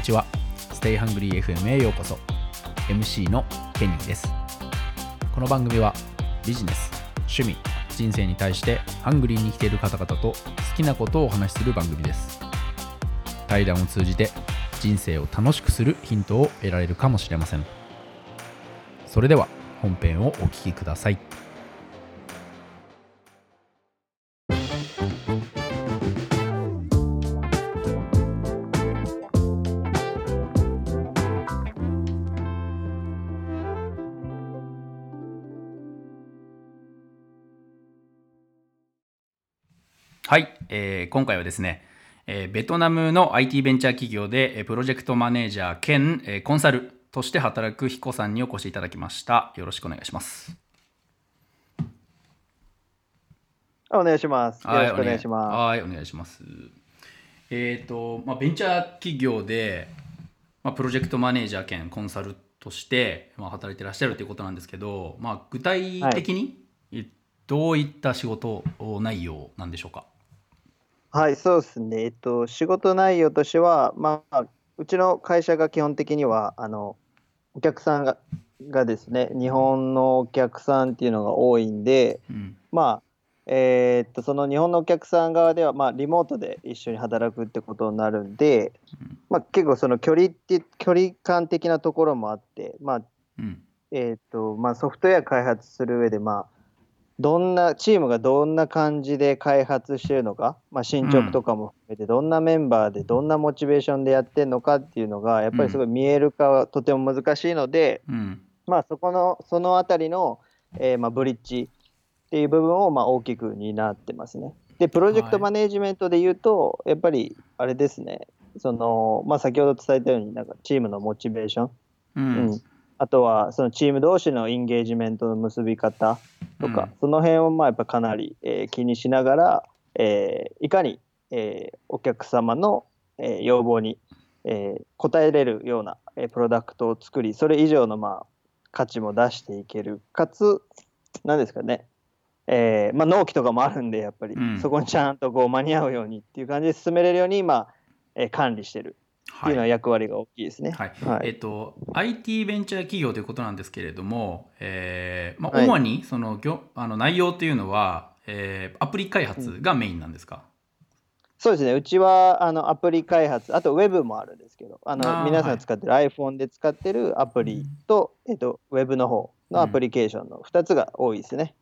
ちは。ステイハングリー FM へようこそ。 MC のケニーです。この番組はビジネス、趣味、人生に対してハングリーに生きている方々と好きなことをお話しする番組です。対談を通じて人生を楽しくするヒントを得られるかもしれません。それでは本編をお聞きください。はい、今回はですね、ベトナムの IT ベンチャー企業でプロジェクトマネージャー兼コンサルとして働く彦さんにお越しいただきました。よろしくお願いします。 お願いします。よはい、 ろしくお願いします。 はい、お願いします。ベンチャー企業で、プロジェクトマネージャー兼コンサルとして、働いてらっしゃるということなんですけど、具体的にどういった仕事内容なんでしょうか。 はい、そうですね。仕事内容としては、うちの会社が基本的には、お客さんがですね、日本のお客さんっていうのが多いんで、その日本のお客さん側では、リモートで一緒に働くってことになるんで、結構その距離感的なところもあって、ソフトウェア開発する上で、どんなチームがどんな感じで開発してるのか、進捗とかも含めてどんなメンバーでどんなモチベーションでやってるのかっていうのがやっぱりすごい見える化はとても難しいので、そのあたりの、ブリッジっていう部分を大きく担ってますね。でプロジェクトマネジメントでいうと、やっぱりあれですね、先ほど伝えたようになんかチームのモチベーション、あとはそのチーム同士のエンゲージメントの結び方とか、その辺をやっぱかなり、気にしながら、いかに、お客様の、要望に、応えれるような、プロダクトを作り、それ以上の価値も出していける、かつ何ですかね、納期とかもあるんでやっぱり、そこにちゃんとこう間に合うようにっていう感じで進めれるように管理してるっていうのは役割が大きいですね。 IT ベンチャー企業ということなんですけれども、主にその内容というのは、アプリ開発がメインなんですか。 そうですね、うちはアプリ開発、あとウェブもあるんですけど、皆さん使ってる iPhone で使ってるアプリと、ウェブの方のアプリケーションの2つが多いですね。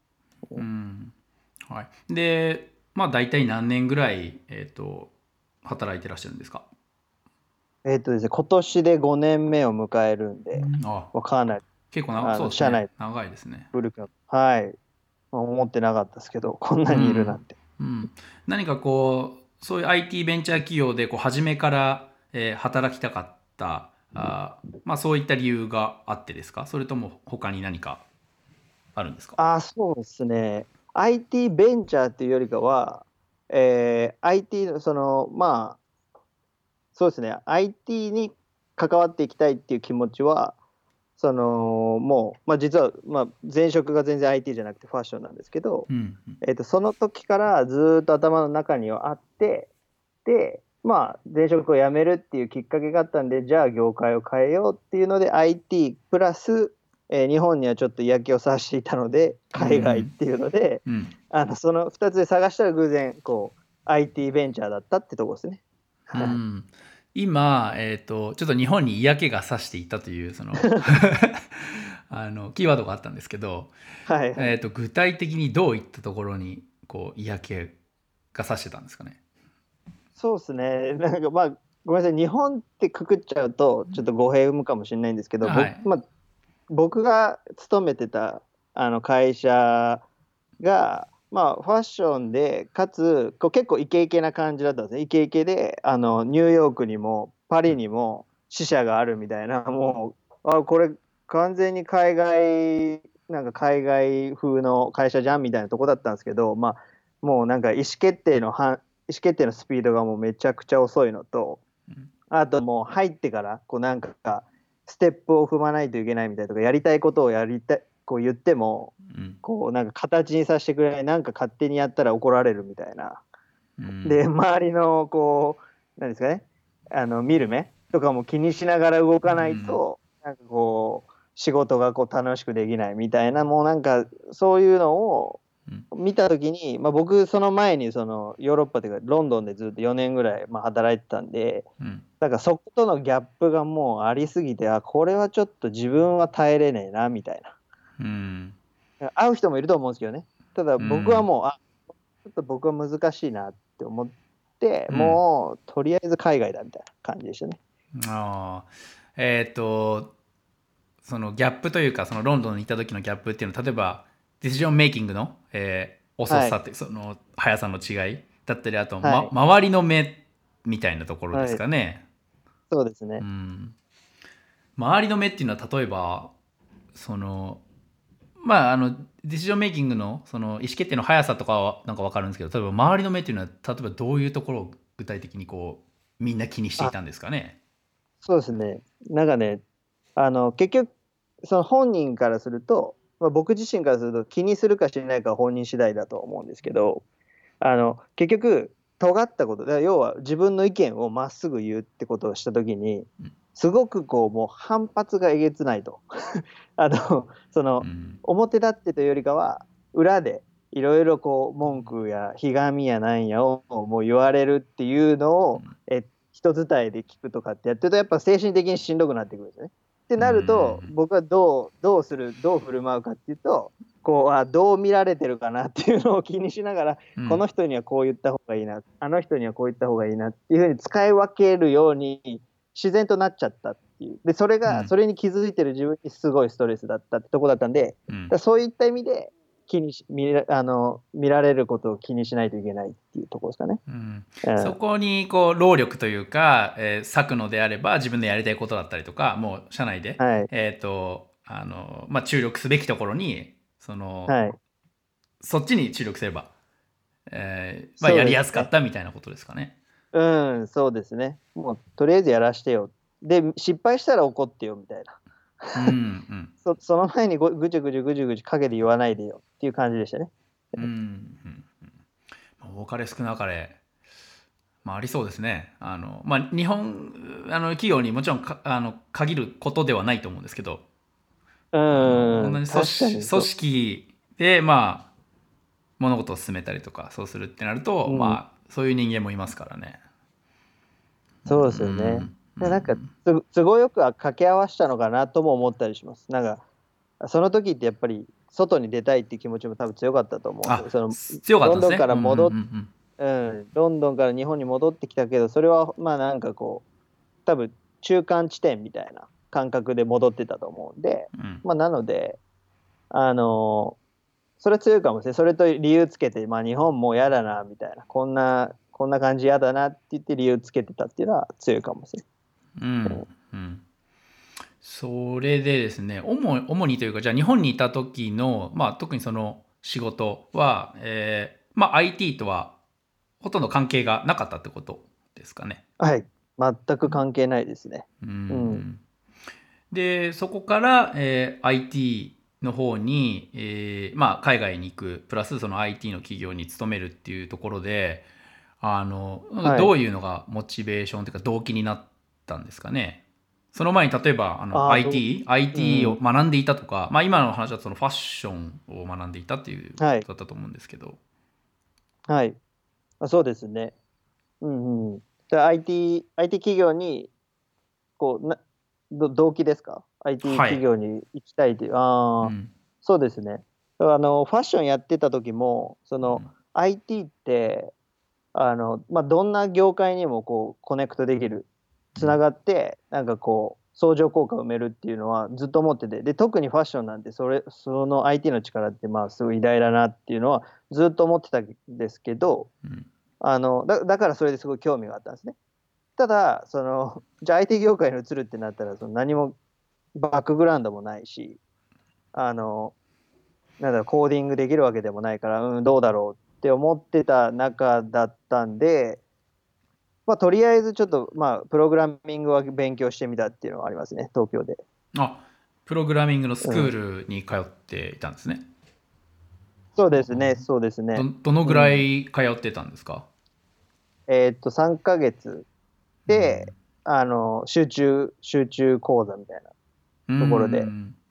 で、大体何年ぐらい、働いてらっしゃるんですか。 ですね、今年で5年目を迎えるんで、かなり結構そうですね、 社内長いですね。 はい、思ってなかったですけど、こんなにいるなんて。 何かそういう IT ベンチャー企業で初めから、働きたかったそういった理由があってですか。それとも他に何かあるんですか。 そうですね、IT ベンチャーっていうよりかは、IT のそうですね、IT に関わっていきたいっていう気持ちは、実は、前職が全然 IT じゃなくてファッションなんですけど、その時からずっと頭の中にはあって、で、前職を辞めるっていうきっかけがあったんで、じゃあ業界を変えようっていうので IT プラス、日本にはちょっと嫌気をさしていたので海外っていうので、その2つで探したら偶然IT ベンチャーだったってとこですね。 今、ちょっと日本に嫌気がさしていたというそのキーワードがあったんですけど、具体的にどういったところに嫌気がさしてたんですかね。 そうですね、なんかごめんなさい、日本ってくくっちゃうとちょっと語弊生むかもしれないんですけど、僕が勤めてた会社が、ファッションでかつ結構イケイケな感じだったんですね。イケイケでニューヨークにもパリにも支社があるみたいな、もうこれ完全に海外風の会社じゃんみたいなとこだったんですけど、もうなんか意思決定のスピードがもうめちゃくちゃ遅いのと、あともう入ってからなんかステップを踏まないといけないみたいなとか、やりたいことを言ってもなんか形にさせてくれない、なんか勝手にやったら怒られるみたいな、で周りの何ですかね、見る目とかも気にしながら動かないと、なんかこう仕事がこう楽しくできないみたいな、もうなんかそういうのを見たときに、まあ、僕その前にそのヨーロッパというかロンドンでずっと4年ぐらいまあ働いてたんで、なんかそことのギャップがもうありすぎて、これはちょっと自分は耐えれねえなみたいな。会う人もいると思うんですけどね。ただ僕はもうちょっと僕は難しいなって思って、もうとりあえず海外だみたいな感じでしたね。 そのギャップというか、そのロンドンに行った時のギャップっていうのは、例えばディシジョンメイキングの、遅さって、その速さの違いだったり、あと、周りの目みたいなところですかね。 そうですね。 周りの目っていうのは、例えばそのディシジョンメイキングのその意思決定の速さとかはなんか分かるんですけど、例えば周りの目っていうのは、例えばどういうところを具体的にこうみんな気にしていたんですかね。 そうですね。なんかね、結局その本人からすると、僕自身からすると気にするかしないかは本人次第だと思うんですけど、結局尖ったことで、要は自分の意見をまっすぐ言うってことをしたときに、すごくこうもう反発がえげつないとその、表立ってというよりかは裏でいろいろこう文句やひがみやなんやをもう言われるっていうのを、人伝いで聞くとかってやってると、やっぱ精神的にしんどくなってくるんですよね。ってなると、僕はどう振る舞うかっていうと、こうどう見られてるかなっていうのを気にしながら、この人にはこう言った方がいいな、あの人にはこう言った方がいいなっていうふうに使い分けるように自然となっちゃったっていう。で、それに気づいてる自分にすごいストレスだったってとこだったんで、そういった意味で見られることを気にしないといけないっていうところですかね。 そこにこう労力というか、割くのであれば自分でやりたいことだったりとか、もう社内で、注力すべきところにそっちに注力すれば、やりやすかったみたいなことですかね。 そうですね。もうとりあえずやらしてよ。で、失敗したら怒ってよみたいな。その前にぐちゅぐちゅ陰で言わないでよっていう感じでしたね。 多かれ少なかれ、ありそうですね。日本企業にもちろん限ることではないと思うんですけど、同じ組織で物事を進めたりとかそうするってなると、そういう人間もいますからね。 そうですよね。なんか都合よくは掛け合わせたのかなとも思ったりします。なんかその時ってやっぱり外に出たいっていう気持ちも多分強かったと思うんで、 強かったですね。 ロンドンから日本に戻ってきたけど、それはなんかこう多分中間地点みたいな感覚で戻ってたと思うんで、なのでそれは強いかもしれない。それと理由つけて、日本もう嫌だなみたいな、こんな感じ嫌だなって言って理由つけてたっていうのは強いかもしれない。 それでですね、主にというか、じゃあ日本にいた時の、特にその仕事は、IT とはほとんど関係がなかったってことですかね。 はい、全く関係ないですね。 で、そこから、IT の方に、海外に行く、プラスその IT の企業に勤めるっていうところで、どういうのがモチベーションというか動機になったんですかね。その前に例えばIT を学んでいたとか、今の話だとそのファッションを学んでいたっていうことだったと思うんですけど。 はい、そうですね。IT 企業にこう動機ですか？ IT 企業に行きたいという。そうですね。ファッションやってた時もIT ってどんな業界にもこうコネクトできる、つながってなんかこう相乗効果を埋めるっていうのはずっと思ってて、で特にファッションなんてその IT の力ってすごい偉大だなっていうのはずっと思ってたんですけど、だからそれですごい興味があったんですね。ただじゃあ IT 業界に移るってなったら何もバックグラウンドもないし、なんだコーディングできるわけでもないから、どうだろうって思ってた中だったんで、とりあえずちょっとプログラミングは勉強してみたっていうのはありますね、東京で。 プログラミングのスクールに通っていたんですね。 そうですね、そうですね。 どのぐらい通ってたんですか？ 3ヶ月で、 集中講座みたいなところで、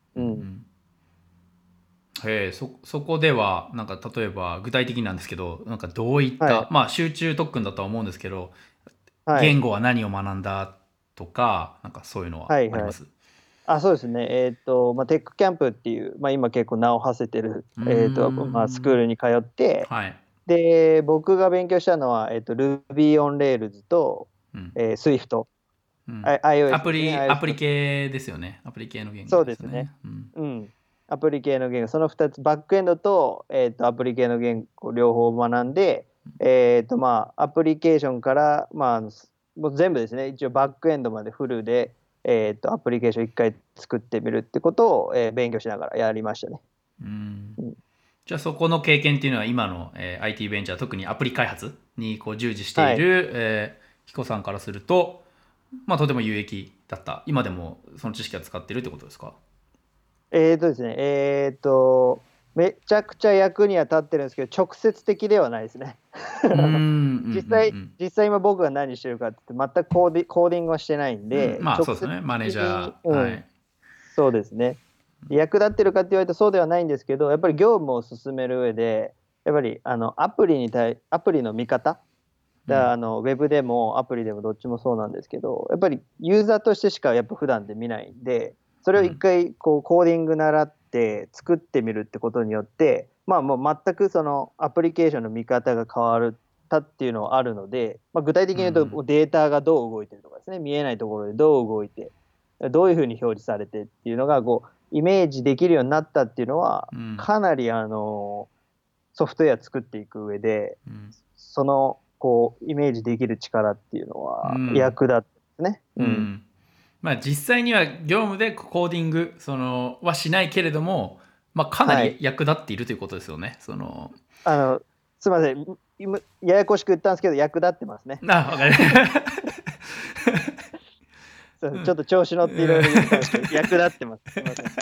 そこではなんか例えば具体的なんですけど、なんかどういった、 はい、 まあ集中特訓だとは思うんですけど、 はい、 言語は何を学んだとか、なんかそういうのははい、はい。 あります？ そうですね。テックキャンプっていう、今結構名を馳せてる、スクールに通って、 はい。 で、僕が勉強したのは、Ruby on Rails と、 うん。 Swift、 うん。 iOS ですね。 アプ iOS リ系ですよね。アプリ系の言語そうですね。 ですよね。うん。 うん。アプリ系の言語、その2つ、バックエンドと、アプリ系の言語両方学んで、アプリケーションから、もう全部ですね、一応バックエンドまでフルで、アプリケーション1回作ってみるってことを、勉強しながらやりましたね。 うん。 うん、 じゃあそこの経験っていうのは今の、IT ベンチャー、特にアプリ開発にこう従事していはい。 る、彦さんからすると、まあとても有益だった。今でもその知識は使っているってことですか？ ですね、めちゃくちゃ役には立ってるんですけど、直接的ではないですね。 うんうんうん実際今僕が何してるかって言って、全くコーディングはしてないんうん。うん、 で、直接まあそうですね。マネージ的に、 ャー。はい。 そうですね。役立ってるかって言われるとそうではないんですけど、やっぱり業務を進める上で、やっぱりアプリの見方、 うん。 ウェブでもアプリでもどっちもそうなんですけど、やっぱりユーザーとしてしかやっぱ普段で見ないんで、それを一うん。 回こうコーディング習って作ってみるってことによって、もう全くそのアプリケーションの見方が変わったっていうのはあるので、具体的に言うとうん。 データがどう動いてるとかですね、見えないところでどう動いて、どういうふうに表示されてっていうのがこうイメージできるようになったっていうのは、 うん。 かなりソフトウェア作っていく上で、 うん。 そのこうイメージできる力っていうのうはん。 役立ってますね。うん。 うん。まあ実際には業務でコーディングはしないけれども、まあかなはい。 り役立っているということですよね。 あの、すみません。ややこしく言ったんですけど、役立ってますね。 わかる。 そううん。 ちょっと調子乗っていろいろ言ったんですけど、役立ってます。すみません。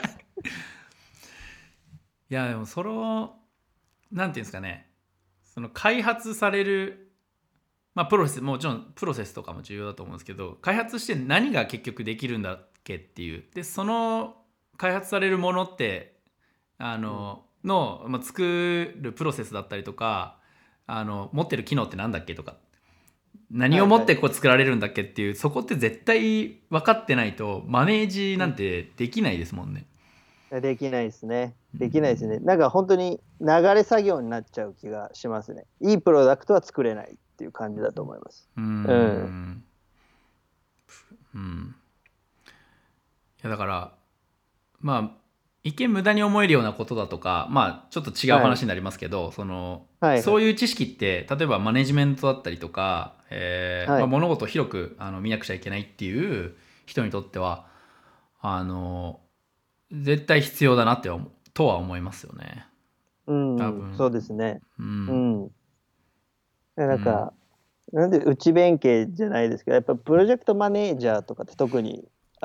いや、でもなんていうんですかね。開発される、まあもちろんプロセスとかも重要だと思うんですけど、開発して何が結局できるんだっけっていう。で、その開発されるものって、 うん。 まあ、作るプロセスだったりとか、持ってる機能ってなんだっけとか、何をもってはいはい。 こう作られるんだっけっていう、そこって絶対分かってないとマネージなんてできないですもんね。 できないですね。できないですね。なんか本当に流れ作業になっちゃう気がしますね。いいプロダクトは作れないっていう感じだと思います。 うーうん。 ん。うん。いやだからまあ一見無駄に思えるようなことだとか、まあちょっと違うはい。 話になりますけど、 はいはい。 そういう知識って例えばマネジメントだったりとか、まあ、 はい。 物事を広く見なくちゃいけないっていう人にとってはあの絶対必要だなとは思いますよね。多うん、そうで分。 すね。 うん。 うん。なうん。 んか、なんで内弁慶じゃないですけど、やっぱプロジェクトマネージャーとかって特に、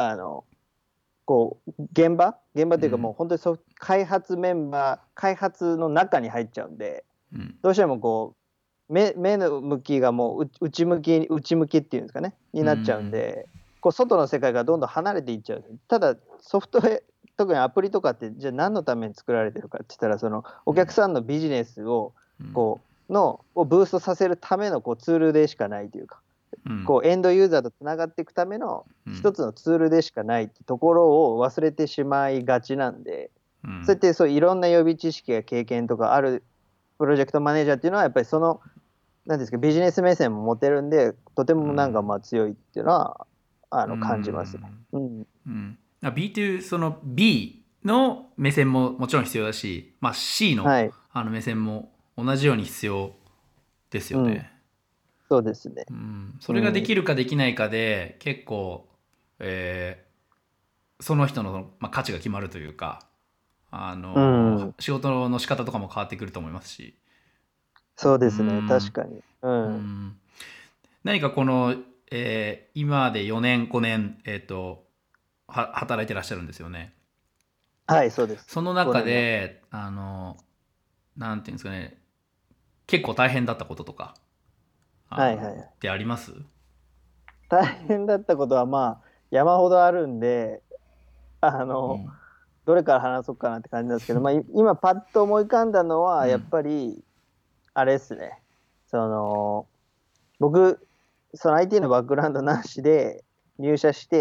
現場というかもううん。 本当に開発の中に入っちゃうんで、 うん。 どうしてもこう、目の向きがもう内向きっていうんですかね、にうなっちゃうんん。 で、こう外の世界がどんどん離れていっちゃう。ただ、ソフトウェア、特にアプリとかって、じゃあ何のために作られてるかって言ったら、そのお客さんのビジネスを、 うん。 をブーストさせるためのこうツールでしかないというか、 うん。 こうエンドユーザーとつながっていくためのうん。 一つのツールでしかないってところを忘れてしまいがちなんで、 うん。 そうやってそういろんな予備知識や経験とかあるプロジェクトマネージャーっていうのはやっぱりなんですか、ビジネス目線も持てるんで、とてうもなんかん。 強いっていうのはう感じますね。 ん。 うん。 うん。B2、B の目線ももちろん必要だし、まあ、C の、 はい。 目線も同じように必要ですうん。 よね。 そうですね。 うん。そうれができん。 るかできないかで、結構、その人の、まあ、価値が決まるというか、 うん。 仕事の仕方とかも変わってくると思いますし。 そううですね。確ん。 かに。ううん。 ん。何か今で4年、5年、働いてらっしゃるんですよね。 はい、そうです。 その中 5年になる。 で、なんていうんですかね、結構大変だったこととか、 はいはいはい。 ってあります？ 大変だったことはまあ山ほどあるんで、あの、 うんどれから話そうかなって感じなんですけど、まあ、今パッと思い浮かんだのは、やっうんぱり、あれですね。その、僕、その IT のバックグラウンドなしで入社して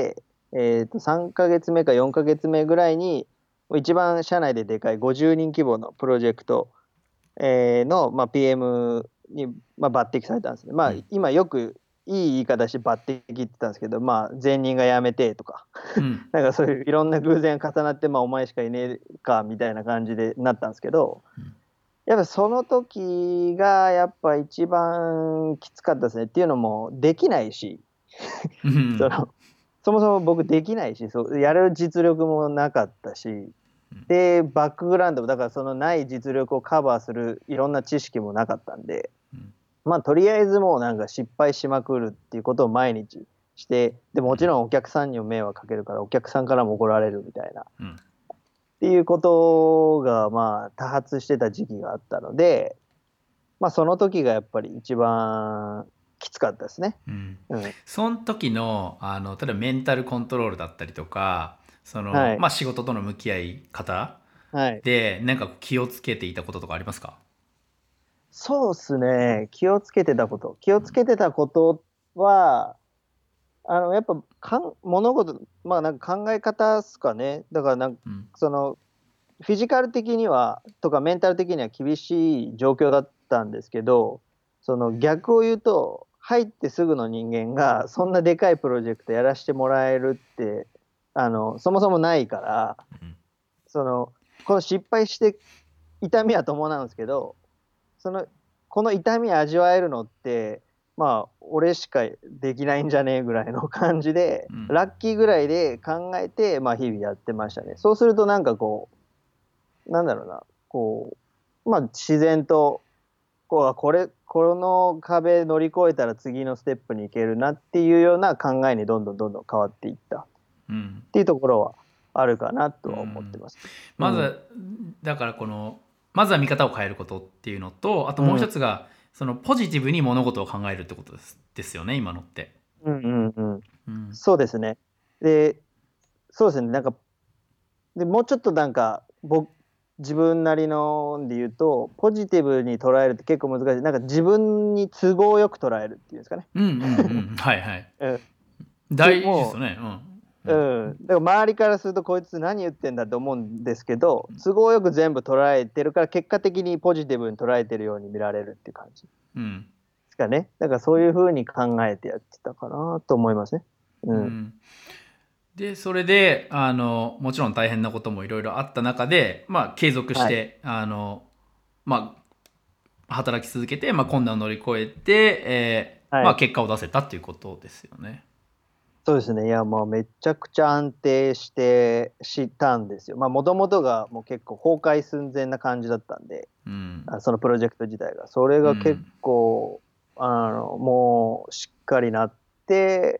、3ヶ月目か4ヶ月目ぐらいに、一番社内ででかい50人規模のプロジェクト、の、まあ、PM に、まあ、抜擢されたんですね。まあ、 うん今よくいい言い方して抜擢って言ってたんですけど、まあ、前任が辞めてとか、 うんなんかそういういろんな偶然が重なって、まあ、お前しかいねえかみたいな感じでなったんですけど、やっぱその時がやっぱ一番きつかったですね。っていうのもできないし、 うんうんそのそもそも僕できないし、そうやる実力もなかったし、でバックグラウンドもだからそのない実力をカバーするいろんな知識もなかったんで、 うんまあとりあえずもうなんか失敗しまくるっていうことを毎日して、でもちろんお客さんにも迷惑かけるからお客さんからも怒られるみたいなうんっていうことがまあ多発してた時期があったので、まあその時がやっぱり一番きつかったですね。 うん。 うん。 その時の例えばメンタルコントロールだったりとか、 はい。 まあ仕事との向き合い方はい。 でなんか気をつけていたこととかありますか？ そうですね。気をつけてたことは、やっぱ物事、まあなんか考え方っすかね。だからなんか、 うんその、フィジカル的には、とかメンタル的には厳しい状況だったんですけど、その逆を言うと、入ってすぐの人間が、そんなでかいプロジェクトやらせてもらえるって、そもそもないから、 うんその、この失敗して痛みは伴うんですけど、その、この痛み味わえるのって、まあ、俺しかできないんじゃねえぐらいの感じで、 うんラッキーぐらいで考えて、まあ、日々やってましたね。そうするとなんかこう、なんだろうな、こう、まあ、自然と、この壁乗り越えたら次のステップに行けるなっていうような考えにどんどんどんどん変わっていったっうんていうところはあるかなうとは思ってん。 ます。うん。 まずだからまずは見方を変えることっていうのと、あともううん。 一つがそのポジティブに物事を考えるってことですよね、今のって。 うんうんうん。 うんそうですね。で、そうですね。なんか、で、もうちょっとなんか、自分なりので言うと、ポジティブに捉えるって結構難しい。なんか自分に都合よく捉えるっていうんですかね。 うんうんうん、はいはい、 うん。 大事ですもよね。うんうう、 んうん。だから周りからするとこいつ何言ってんだと思うんですけど、都合よく全部捉えてるから、結果的にポジティブに捉えてるように見られるっていう感じでうんすかね。だからそういうふうに考えてやってたかなと思いますね。うん。 うん。でそれでもちろん大変なこともいろいろあった中で、まあ、継続しはい。 てまあ、働き続けて、まあ、困難を乗り越えて、まあ、 はい。 結果を出せたっていうことですよね。 そうですね。いや、もうめちゃくちゃ安定してしたんですよ。まあ、もともとがもう結構崩壊寸前な感じだったんで、 うんそのプロジェクト自体が。それが結うん構、もうしっかりなって、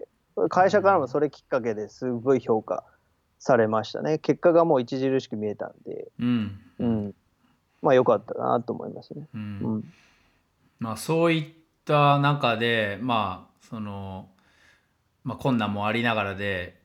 会社からもそれきっかけですごい評価されましたね。結果がもう著しく見えたんで、 うんうんうん。まあ、良かったなと思いますね。 うん。 うん。 まあ、そういった中で、まあ、困難もありながらで、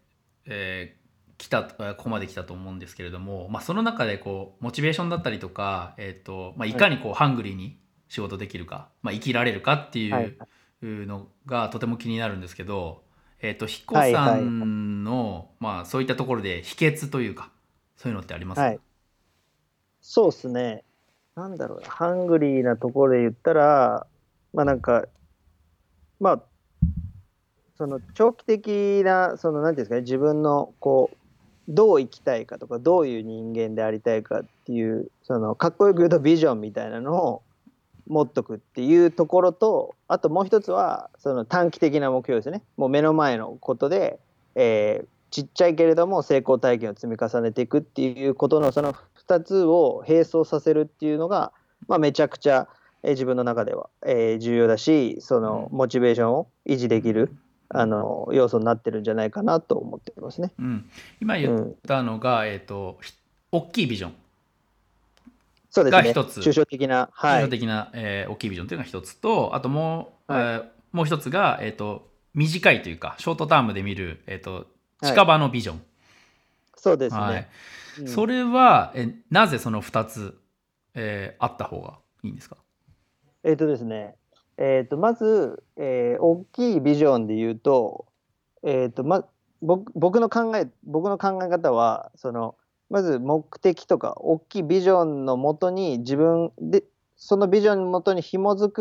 ここまで来たと思うんですけれども、まあ、その中でモチベーションだったりとか、まあ、いはい。 かにハングリーに仕事できるか、まあ、生きられるかってはい。 いうのがとても気になるんですけど、彦はい。 さはい。 んの、まあ、そういったところで秘訣というかそういうのってあります？ はい。そうですね。なんだろうな。ハングリーなところで言ったら、まあなんか、まあ、その長期的な、なんていうんですかね、自分のこう、どう生きたいかとか、どういう人間でありたいかっていう、かっこよく言うとビジョンみたいなのを持っとくっていうところと、あともう一つは、その短期的な目標ですね。もう目の前のことで、ちっちゃいけれども成功体験を積み重ねていくっていうことの、その2つを並走させるっていうのが、まあ、めちゃくちゃ、自分の中では、重要だし、そのうんモチベーションを維持できる、 うん要素になってるんじゃないかなと思ってますね。 うん、今言っうん。 たのが、大きいビジョンがそうですね。抽一つ、 象的な、 抽はい。 象的な、大きいビジョンというのが一つと、あともう、 はい。 もう一つが、 短いというかショートタームで見る、 はい、 近場のビジョン、 そうですはい、 ね。 それはなぜその2つ、あった方がいいんですか？ ですね、まず、大きいビジョンで言うと、ま、僕の考え方は、まず目的とか、大きいビジョンのもとに自分で、そのビジョンのもとに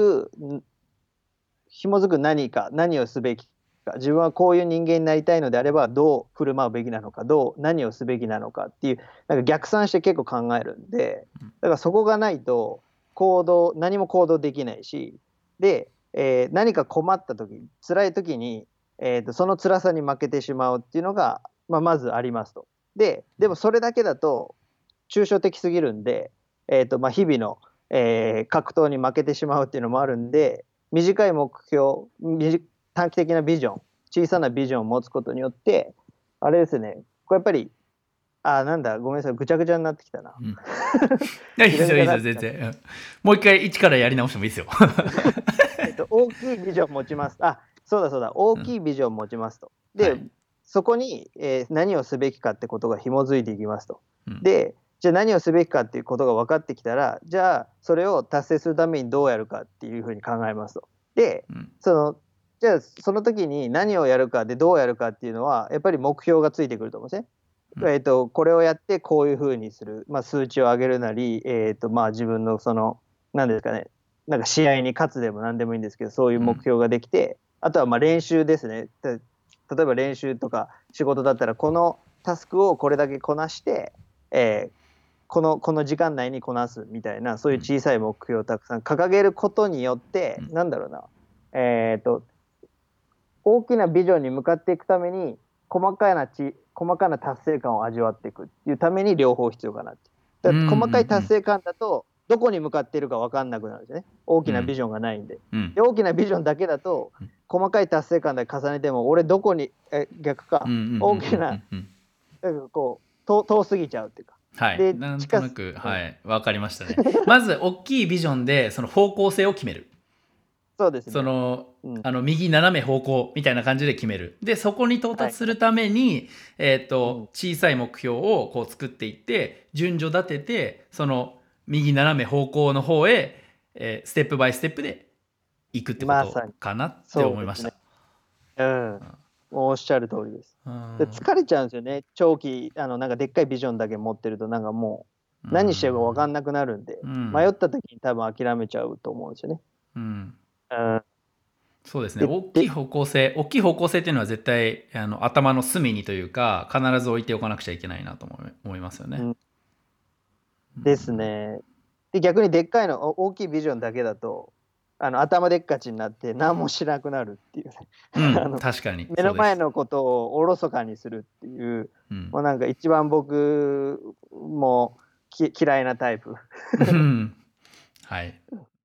紐づく何をすべきか、自分はこういう人間になりたいのであれば、どう振る舞うべきなのか、何をすべきなのかっていう、なんか逆算して結構考えるんで、だからそこがないと、何も行動できないし、で、何か困った時、辛い時に、その辛さに負けてしまうっていうのが、まずありますと。でもそれだけだと、抽象的すぎるんで、日々の、格闘に負けてしまうっていうのもあるんで、短い目標、短期的なビジョン、小さなビジョンを持つことによって、あれですね、これやっぱり、なんだ、ごめんなさい、ぐちゃぐちゃになってきたな。 うん、いやいいぐですよ、いいですよ、 ちゃぐちゃになってきた。 全然。もう一回一からやり直してもいいですよ。 大きいビジョンを持ちます。そうだそうだ、大きいビジョンを持ちますと。で、 はい、 そこに、何をすべきかってことが紐づいていきますと。 うん、 で、じゃあ何をすべきかっていうことが分かってきたら、じゃあそれを達成するためにどうやるかっていうふうに考えますと。で、 うん、 じゃあその時に何をやるかでどうやるかっていうのは、やっぱり目標がついてくると思うんですね。 うん、 これをやってこういう風にする、数値を上げるなり、自分のなんですかね、なんか試合に勝つでも何でもいいんですけど、そういううん、 目標ができて、あとは練習ですね。例えば練習とか仕事だったら、このタスクをこれだけこなして、この時間内にこなすみたいな、そういう小さい目標をたくさん掲げることによって、なんだろうな、大きなビジョンに向かっていくために、細かな達成感を味わっていくっていうために両方必要かなって。 うん、うん、 だって細かいうん、 達成感だと、どこに向かっているか分かんなくなるんですよね。大きなビジョンがないんで。 うん、 で、大きなビジョンだけだと、細かい達成感で重ねても、俺どこに、逆か、 うん、うん、うん、 大きな、 うん、 なんか遠すぎちゃうっていうか。 はい、 で、 なんとなく、 うん、 はい、わかりましたね。まず、大きいビジョンで、その方向性を決める。そそうですね。 の、 うん。 右斜め方向みたいな感じで決める。で、そこに到はい。 達するために、 うん。 小さい目標をこう作っていって、順序立てて、その右斜め方向の方へ、ステップバイステップで行くってことまさに。 かなって思いました。 そうですね。うん。もうおっしゃる通りです。 うで、 ん。 疲れちゃうんですよね。長期、なんかでっかいビジョンだけ持ってると、なんかもうう、何してるか分かん。 んなくなるんで、 うん。 迷った時に多分諦めちゃうと思うんですよね。 うん。 うん。 そうですね。 でで大きい方向性っていうのは絶対、頭の隅にというか、必ず置いておかなくちゃいけないなと思いますよね。 うん、 うですん。 ね。で、逆にでっかいの、大きいビジョンだけだと、頭でっかちになって何もしなくなるっていうね。 うあん、 の、 確かに、 目のそうです。 前のことをおろそかにするっていう、 うん。 もうなんか一番僕も嫌いなタイプ。 うん。はい。